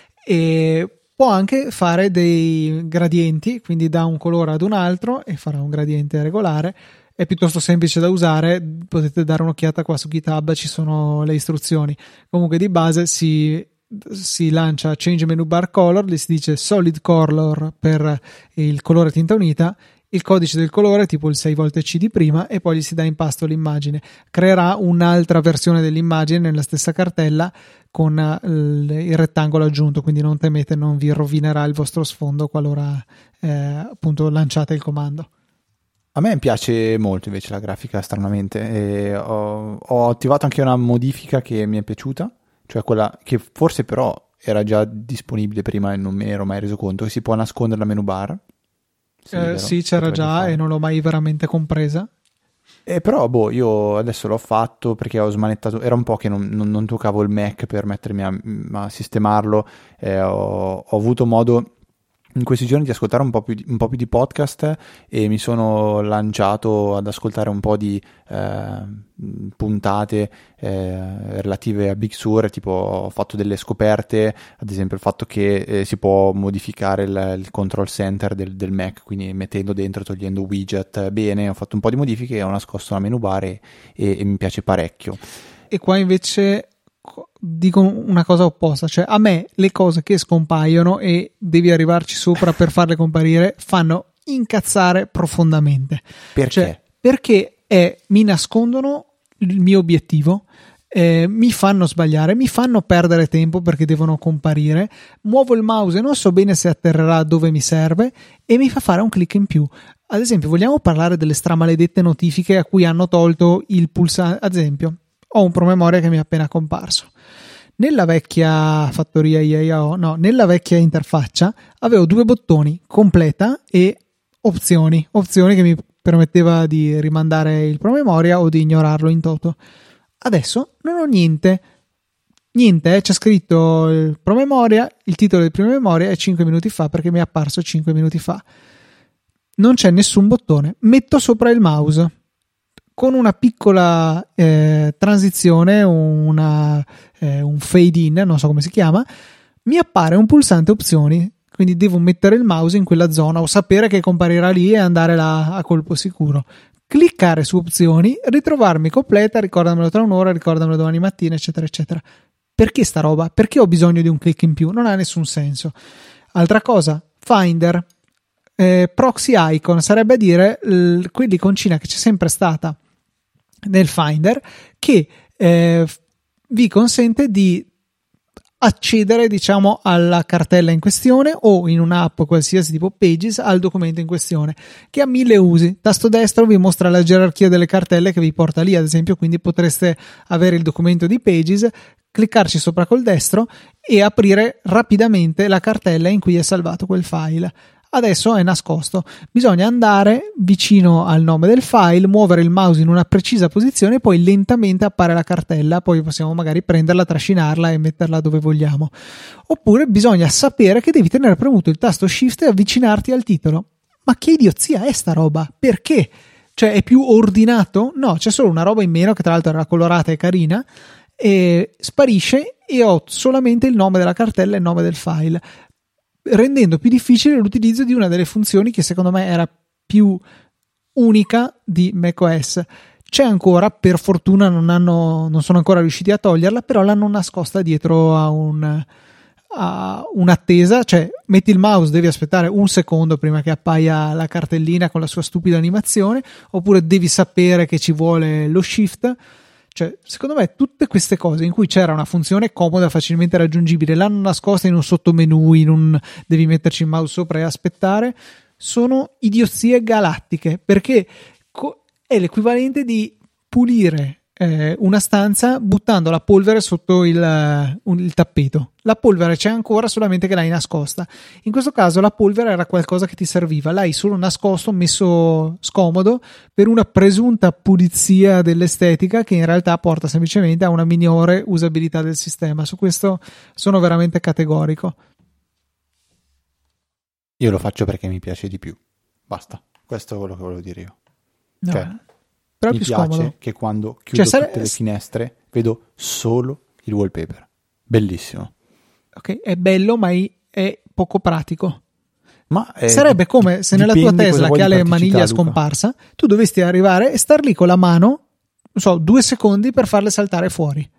e può anche fare dei gradienti, quindi da un colore ad un altro e farà un gradiente regolare. È piuttosto semplice da usare, potete dare un'occhiata qua su GitHub, ci sono le istruzioni. Comunque di base si, si lancia Change Menu Bar Color, gli si dice Solid Color per il colore tinta unita, il codice del colore tipo il sei volte C di prima, e poi gli si dà in pasto l'immagine. Creerà un'altra versione dell'immagine nella stessa cartella con il, il rettangolo aggiunto, quindi non temete, non vi rovinerà il vostro sfondo qualora eh, appunto lanciate il comando. A me piace molto invece la grafica, stranamente, e ho, ho attivato anche una modifica che mi è piaciuta, cioè quella che forse però era già disponibile prima e non me ne ero mai reso conto, che si può nascondere la menu bar. Sì, eh, sì c'era già fare. E non l'ho mai veramente compresa. E però boh, io adesso l'ho fatto perché ho smanettato, era un po' che non, non, non toccavo il Mac per mettermi a, a sistemarlo, eh, ho, ho avuto modo in questi giorni di ascoltare un po' più di, un po' più di podcast, e mi sono lanciato ad ascoltare un po' di eh, puntate eh, relative a Big Sur. Tipo ho fatto delle scoperte, ad esempio il fatto che eh, si può modificare il, il control center del, del Mac, quindi mettendo dentro, togliendo widget. Bene, ho fatto un po' di modifiche, ho nascosto la menu bar e, e, e mi piace parecchio. E qua invece dico una cosa opposta, cioè a me le cose che scompaiono e devi arrivarci sopra per farle comparire fanno incazzare profondamente. Perché? Cioè, perché è, mi nascondono il mio obiettivo, eh, mi fanno sbagliare, mi fanno perdere tempo perché devono comparire, muovo il mouse e non so bene se atterrerà dove mi serve e mi fa fare un click in più. Ad esempio, vogliamo parlare delle stramaledette notifiche a cui hanno tolto il pulsante? Ad esempio, ho un promemoria che mi è appena comparso. Nella vecchia fattoria I A O, no, nella vecchia interfaccia avevo due bottoni, completa e opzioni, opzioni che mi permetteva di rimandare il promemoria o di ignorarlo in toto. Adesso non ho niente, niente, eh, c'è scritto il promemoria, il titolo del promemoria è cinque minuti fa perché mi è apparso cinque minuti fa. Non c'è nessun bottone, metto sopra il mouse. Con una piccola eh, transizione, una, eh, un fade in, non so come si chiama, mi appare un pulsante opzioni, quindi devo mettere il mouse in quella zona o sapere che comparirà lì e andare là a colpo sicuro. Cliccare su opzioni, ritrovarmi completa, ricordamelo tra un'ora, ricordamelo domani mattina, eccetera, eccetera. Perché sta roba? Perché ho bisogno di un click in più? Non ha nessun senso. Altra cosa, Finder, eh, proxy icon, sarebbe a dire l- quell'iconcina che c'è sempre stata nel Finder, che eh, vi consente di accedere, diciamo, alla cartella in questione o in un'app qualsiasi tipo Pages al documento in questione, che ha mille usi. Tasto destro vi mostra la gerarchia delle cartelle che vi porta lì, ad esempio, quindi potreste avere il documento di Pages, cliccarci sopra col destro e aprire rapidamente la cartella in cui è salvato quel file. Adesso è nascosto, bisogna andare vicino al nome del file, muovere il mouse in una precisa posizione e poi lentamente appare la cartella, poi possiamo magari prenderla, trascinarla e metterla dove vogliamo. Oppure bisogna sapere che devi tenere premuto il tasto shift e avvicinarti al titolo. Ma che idiozia è sta roba? Perché? Cioè è più ordinato? No, c'è solo una roba in meno che tra l'altro era colorata e carina, e sparisce e ho solamente il nome della cartella e il nome del file, rendendo più difficile l'utilizzo di una delle funzioni che secondo me era più unica di macOS. C'è ancora, per fortuna non, hanno, non sono ancora riusciti a toglierla, però l'hanno nascosta dietro a, un, a un'attesa, cioè metti il mouse, devi aspettare un secondo prima che appaia la cartellina con la sua stupida animazione, oppure devi sapere che ci vuole lo shift. Cioè, secondo me tutte queste cose in cui c'era una funzione comoda, facilmente raggiungibile, l'hanno nascosta in un sottomenu, in un devi metterci il mouse sopra e aspettare, sono idiozie galattiche, perché co- è l'equivalente di pulire eh, una stanza buttando la polvere sotto il, uh, il tappeto. La polvere c'è ancora, solamente che l'hai nascosta. In questo caso la polvere era qualcosa che ti serviva, l'hai solo nascosto, messo scomodo per una presunta pulizia dell'estetica che in realtà porta semplicemente a una minore usabilità del sistema. Su questo sono veramente categorico. Io lo faccio perché mi piace di più, basta, questo è quello che volevo dire io. No, cioè, però mi più piace scomodo. che quando chiudo Cioè, sare- tutte le finestre vedo solo il wallpaper. Bellissimo. Ok, è bello, ma è poco pratico. Ma è, sarebbe come se nella tua Tesla che ha le maniglie a Luca. scomparsa, tu dovresti arrivare e star lì con la mano, non so, due secondi per farle saltare fuori.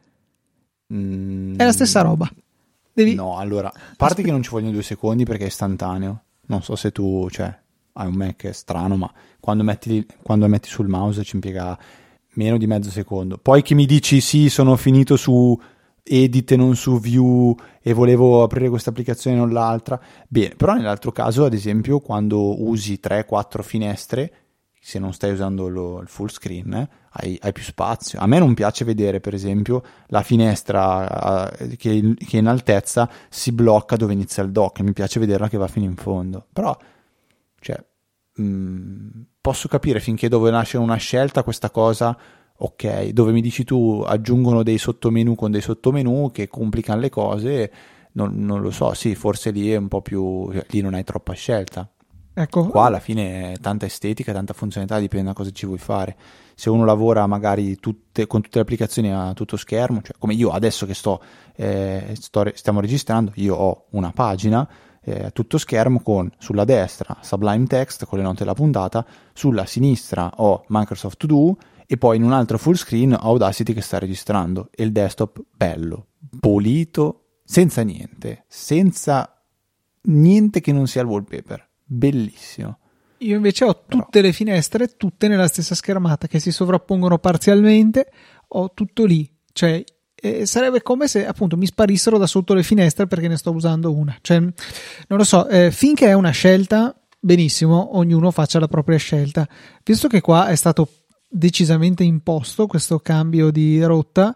Mm, è la stessa roba. Devi... No, allora, a parte che non ci vogliono due secondi perché è istantaneo. Non so se tu, cioè, hai un Mac è strano, ma quando metti, quando metti sul mouse ci impiega meno di mezzo secondo. Poi che mi dici sì, sono finito su Edit e non su View e volevo aprire questa applicazione e non l'altra. Bene, però nell'altro caso, ad esempio, quando usi tre quattro finestre, se non stai usando lo, il full screen, eh, hai, hai più spazio. A me non piace vedere, per esempio, la finestra uh, che, che in altezza si blocca dove inizia il dock. Mi piace vederla che va fino in fondo. Però, cioè, mh, posso capire finché dove nasce una scelta questa cosa. Ok, dove mi dici tu aggiungono dei sottomenu con dei sottomenu che complicano le cose, non, non lo so, sì, forse lì è un po' più, lì non hai troppa scelta. Ecco. Qua alla fine è tanta estetica, tanta funzionalità, dipende da cosa ci vuoi fare. Se uno lavora magari tutte, con tutte le applicazioni a tutto schermo, cioè come io adesso che sto, eh, sto stiamo registrando, io ho una pagina eh, a tutto schermo con sulla destra Sublime Text con le note della puntata, sulla sinistra ho Microsoft To Do e poi in un altro full screen ho Audacity che sta registrando e il desktop bello, pulito, senza niente, senza niente che non sia il wallpaper. Bellissimo. Io invece ho tutte Però. le finestre tutte nella stessa schermata che si sovrappongono parzialmente, ho tutto lì, cioè eh, sarebbe come se appunto mi sparissero da sotto le finestre perché ne sto usando una, cioè non lo so, eh, finché è una scelta benissimo, ognuno faccia la propria scelta, visto che qua è stato decisamente imposto questo cambio di rotta,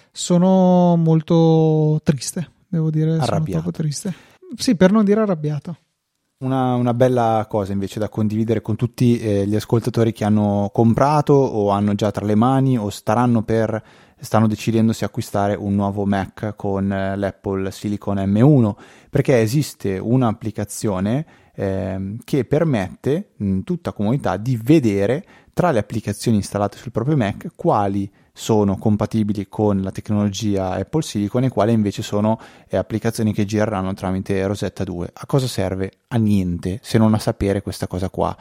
sono molto triste, devo dire, sono arrabbiato. proprio triste, sì, per non dire arrabbiato. Una, una bella cosa invece da condividere con tutti eh, gli ascoltatori che hanno comprato o hanno già tra le mani o staranno per stanno decidendo se acquistare un nuovo Mac con eh, l'Apple Silicon M uno, perché esiste un'applicazione eh, che permette in tutta comunità di vedere tra le applicazioni installate sul proprio Mac quali sono compatibili con la tecnologia Apple Silicon e quali invece sono eh, applicazioni che gireranno tramite Rosetta due. A cosa serve? A niente, se non a sapere questa cosa qua.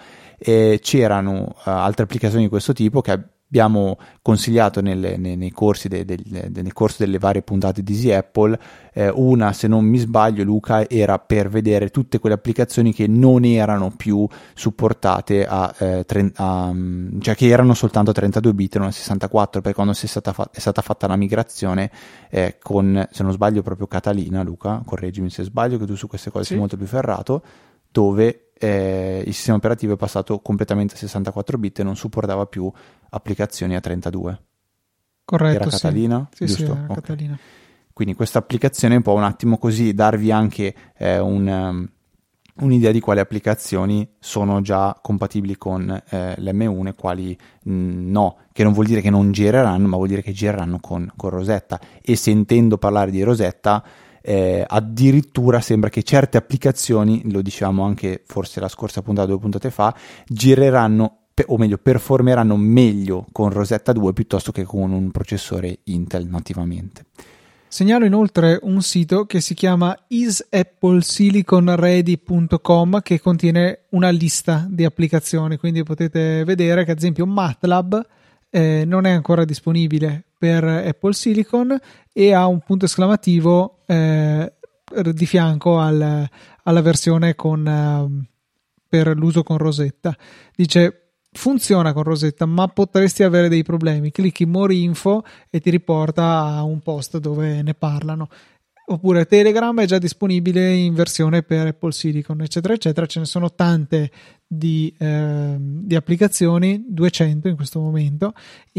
E c'erano uh, altre applicazioni di questo tipo che abbiamo consigliato nelle, nei, nei corsi de, de, de, nel corso delle varie puntate di Easy Apple. Eh, una, se non mi sbaglio, Luca, era per vedere tutte quelle applicazioni che non erano più supportate a, eh, tre, a cioè che erano soltanto a trentadue bit e non a sessantaquattro, perché quando è stata, fa- è stata fatta la migrazione eh, con, se non sbaglio, proprio Catalina, Luca, correggimi se sbaglio, che tu su queste cose sì. sei molto più ferrato, dove Eh, il sistema operativo è passato completamente a sessantaquattro bit e non supportava più applicazioni a trentadue. Corretto, era Catalina? Sì, giusto? sì, era okay. Catalina. Quindi questa applicazione può un attimo così darvi anche eh, un, um, un'idea di quali applicazioni sono già compatibili con eh, l'M uno e quali mh, no, che non vuol dire che non gireranno, ma vuol dire che gireranno con, con Rosetta. E sentendo parlare di Rosetta, Eh, addirittura sembra che certe applicazioni, lo diciamo anche forse la scorsa puntata, due puntate fa, gireranno o meglio performeranno meglio con Rosetta due piuttosto che con un processore Intel nativamente. Segnalo inoltre un sito che si chiama is apple silicon ready punto com che contiene una lista di applicazioni, quindi potete vedere che ad esempio MATLAB eh, non è ancora disponibile per Apple Silicon e ha un punto esclamativo eh, di fianco al, alla versione con, uh, per l'uso con Rosetta. Dice funziona con Rosetta ma potresti avere dei problemi, clicchi more info e ti riporta a un post dove ne parlano. Oppure Telegram è già disponibile in versione per Apple Silicon, eccetera eccetera. Ce ne sono tante di, eh, di applicazioni, duecento in questo momento,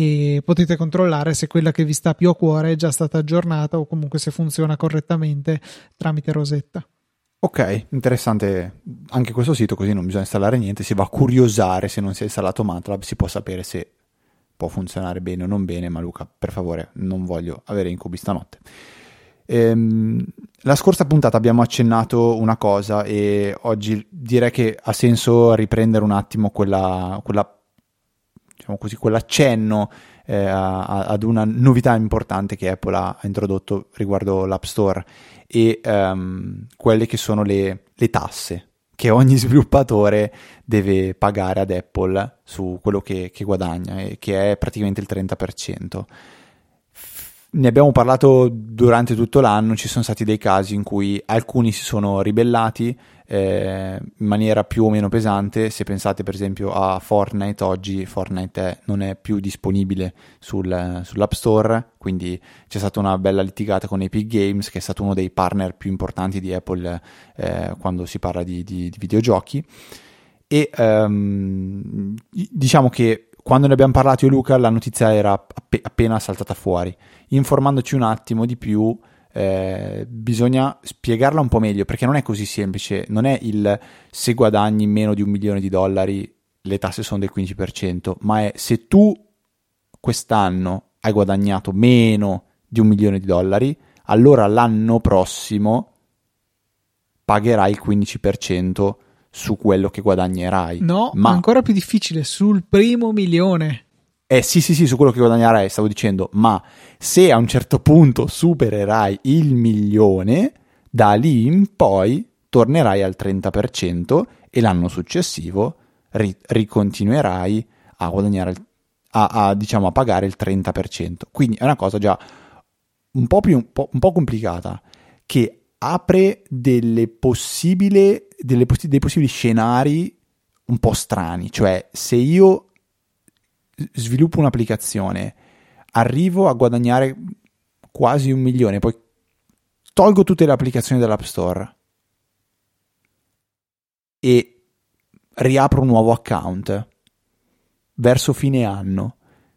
e potete controllare se quella che vi sta più a cuore è già stata aggiornata o comunque se funziona correttamente tramite Rosetta. Ok, interessante anche questo sito, così non bisogna installare niente, si va a curiosare. Se non si è installato MATLAB si può sapere se può funzionare bene o non bene, ma Luca, per favore, non voglio avere incubi stanotte. Ehm, la scorsa puntata abbiamo accennato una cosa e oggi direi che ha senso riprendere un attimo quella, quella diciamo così, quell'accenno eh, a, ad una novità importante che Apple ha introdotto riguardo l'App Store e um, quelle che sono le, le tasse che ogni sviluppatore deve pagare ad Apple su quello che, che guadagna, e che è praticamente il trenta per cento. Ne abbiamo parlato durante tutto l'anno, ci sono stati dei casi in cui alcuni si sono ribellati eh, in maniera più o meno pesante. Se pensate per esempio a Fortnite, oggi Fortnite è, non è più disponibile sul, sull'App Store, quindi c'è stata una bella litigata con Epic Games, che è stato uno dei partner più importanti di Apple eh, quando si parla di, di, di videogiochi. E um, diciamo che quando ne abbiamo parlato io e Luca, la notizia era app- appena saltata fuori. Informandoci un attimo di più, eh, bisogna spiegarla un po' meglio, perché non è così semplice. Non è il se guadagni meno di un milione di dollari le tasse sono del quindici per cento, ma è se tu quest'anno hai guadagnato meno di un milione di dollari, allora l'anno prossimo pagherai il quindici per cento su quello che guadagnerai. No, ma ancora più difficile, sul primo milione. Eh sì sì sì, su quello che guadagnerai, stavo dicendo, ma se a un certo punto supererai il milione, da lì in poi tornerai al trenta per cento e l'anno successivo ri- ricontinuerai a guadagnare, a, a, diciamo a pagare il trenta per cento. Quindi è una cosa già un po' più un po', un po' complicata, che apre delle possibili, delle possi- dei possibili scenari un po' strani. Cioè, se io sviluppo un'applicazione, arrivo a guadagnare quasi un milione, poi tolgo tutte le applicazioni dell'App Store e riapro un nuovo account verso fine anno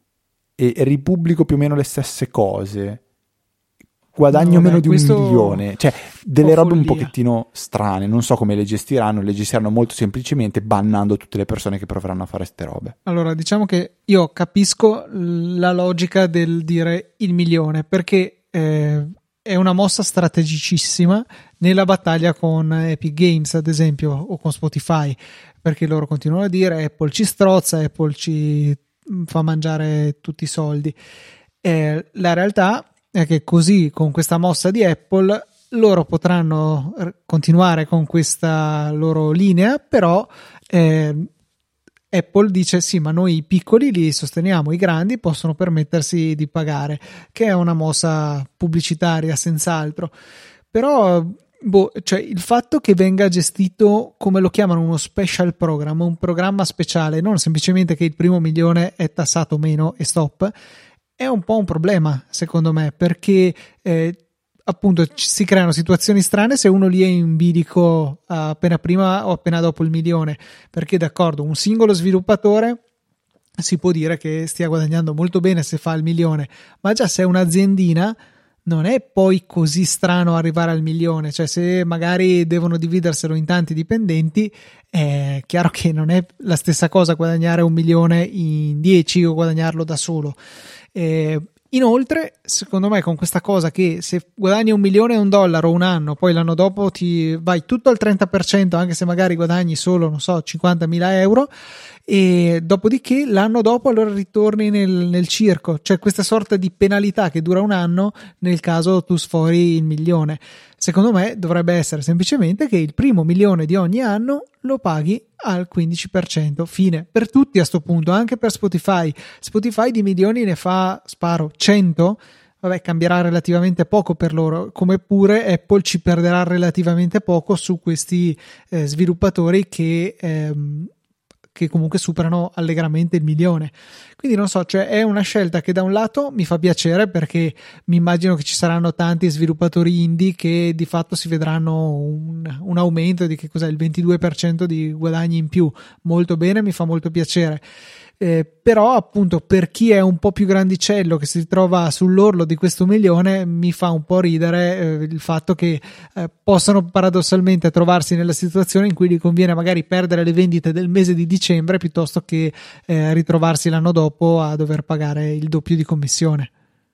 e ripubblico più o meno le stesse cose, guadagno No, meno vabbè, di un questo milione, cioè delle robe un follia. pochettino strane. Non so come le gestiranno, le gestiranno molto semplicemente bannando tutte le persone che proveranno a fare ste robe. Allora, diciamo che io capisco la logica del dire il milione, perché eh, è una mossa strategicissima nella battaglia con Epic Games, ad esempio, o con Spotify, perché loro continuano a dire Apple ci strozza, Apple ci fa mangiare tutti i soldi. Eh, la realtà è che così, con questa mossa di Apple, loro potranno continuare con questa loro linea, però eh, Apple dice sì, ma noi i piccoli li sosteniamo, i grandi possono permettersi di pagare, che è una mossa pubblicitaria senz'altro. Però boh, cioè, il fatto che venga gestito come lo chiamano uno special program, un programma speciale, non semplicemente che il primo milione è tassato meno e stop, è un po' un problema secondo me, perché eh, appunto si creano situazioni strane se uno lì è in bilico appena prima o appena dopo il milione, perché d'accordo, un singolo sviluppatore si può dire che stia guadagnando molto bene se fa il milione, ma già se è un'aziendina non è poi così strano arrivare al milione. Cioè, se magari devono dividerselo in tanti dipendenti, è chiaro che non è la stessa cosa guadagnare un milione in dieci o guadagnarlo da solo. Eh, inoltre, secondo me, con questa cosa che se guadagni un milione e un dollaro un anno, poi l'anno dopo ti vai tutto al trenta per cento, anche se magari guadagni solo, non so, cinquantamila euro, e dopodiché l'anno dopo allora ritorni nel, nel circo. C'è questa sorta di penalità che dura un anno nel caso tu sfori il milione. Secondo me dovrebbe essere semplicemente che il primo milione di ogni anno lo paghi al quindici per cento, fine, per tutti a sto punto, anche per Spotify. Spotify di milioni ne fa, sparo, cento, vabbè, cambierà relativamente poco per loro, come pure Apple ci perderà relativamente poco su questi eh, sviluppatori che ehm, che comunque superano allegramente il milione. Quindi non so, cioè è una scelta che da un lato mi fa piacere, perché mi immagino che ci saranno tanti sviluppatori indie che di fatto si vedranno un, un aumento di che cos'è, il ventidue per cento di guadagni in più. Molto bene, mi fa molto piacere. Eh, però appunto per chi è un po' più grandicello, che si trova sull'orlo di questo milione, mi fa un po' ridere eh, il fatto che eh, possano paradossalmente trovarsi nella situazione in cui gli conviene magari perdere le vendite del mese di dicembre piuttosto che eh, ritrovarsi l'anno dopo a dover pagare il doppio di commissione.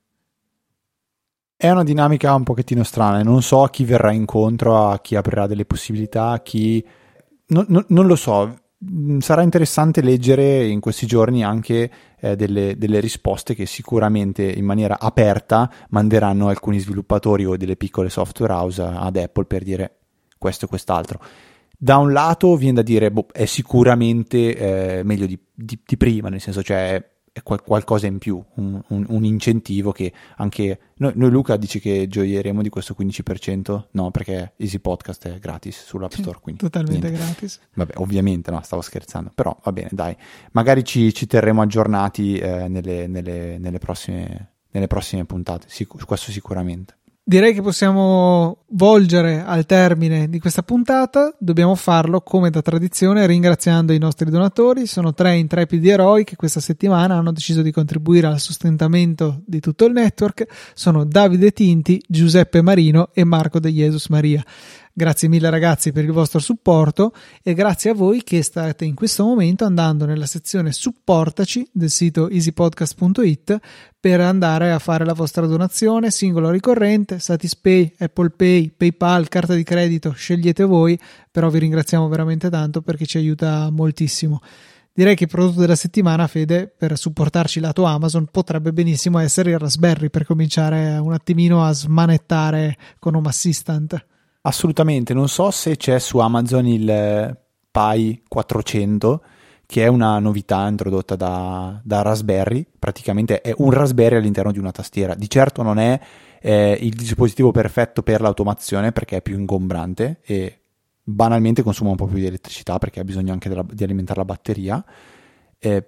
È una dinamica un pochettino strana, non so a chi verrà incontro, a chi aprirà delle possibilità, a chi... non, non, non lo so. sarà interessante leggere in questi giorni anche eh, delle, delle risposte che sicuramente in maniera aperta manderanno alcuni sviluppatori o delle piccole software house ad Apple per dire questo e quest'altro. Da un lato viene da dire boh, è sicuramente eh, meglio di, di, di prima, nel senso, cioè è qual- qualcosa in più, un, un, un incentivo che anche noi, noi Luca dici che gioieremo di questo quindici per cento, no, perché Easy Podcast è gratis sull'App Store, sì, quindi totalmente niente. Gratis. Vabbè, ovviamente no, stavo scherzando, però va bene, dai, magari ci, ci terremo aggiornati eh, nelle, nelle, nelle, prossime, nelle prossime puntate, Sic- questo sicuramente. Direi che possiamo volgere al termine di questa puntata. Dobbiamo farlo come da tradizione ringraziando i nostri donatori. Sono tre intrepidi eroi che questa settimana hanno deciso di contribuire al sostentamento di tutto il network. Sono Davide Tinti, Giuseppe Marino e Marco De Jesus Maria. Grazie mille ragazzi per il vostro supporto e grazie a voi che state in questo momento andando nella sezione supportaci del sito easypodcast punto it per andare a fare la vostra donazione, singolo ricorrente, Satispay, Apple Pay, PayPal, carta di credito, scegliete voi, però vi ringraziamo veramente tanto perché ci aiuta moltissimo. Direi che il prodotto della settimana, Fede, per supportarci lato Amazon, potrebbe benissimo essere il Raspberry per cominciare un attimino a smanettare con Home Assistant. Assolutamente, non so se c'è su Amazon il Pi quattrocento, che è una novità introdotta da, da Raspberry. Praticamente è un Raspberry all'interno di una tastiera. Di certo non è eh, il dispositivo perfetto per l'automazione perché è più ingombrante e banalmente consuma un po' più di elettricità perché ha bisogno anche della, di alimentare la batteria, eh,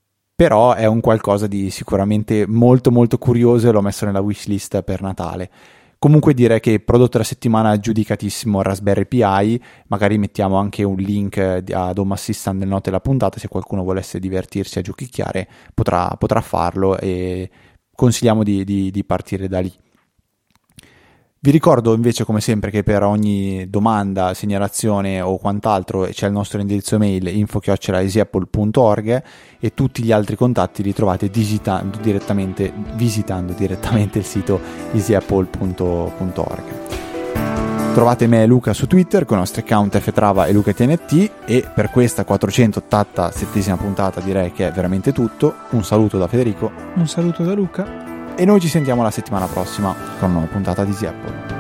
però è un qualcosa di sicuramente molto molto curioso e l'ho messo nella wishlist per Natale. Comunque direi che prodotto della settimana giudicatissimo Raspberry Pi, magari mettiamo anche un link ad Home Assistant nelle note della puntata, se qualcuno volesse divertirsi a giochicchiare potrà, potrà farlo e consigliamo di, di, di partire da lì. Vi ricordo invece come sempre che per ogni domanda, segnalazione o quant'altro c'è il nostro indirizzo mail info chiocciola easyapple punto org e tutti gli altri contatti li trovate visitando direttamente, visitando direttamente il sito easyapple punto org. Trovate me e Luca su Twitter con i nostri account ftrava e lucatnt e per questa quattrocentottantasettesima puntata direi che è veramente tutto. Un saluto da Federico. Un saluto da Luca. E noi ci sentiamo la settimana prossima con una nuova puntata di Easy Apple.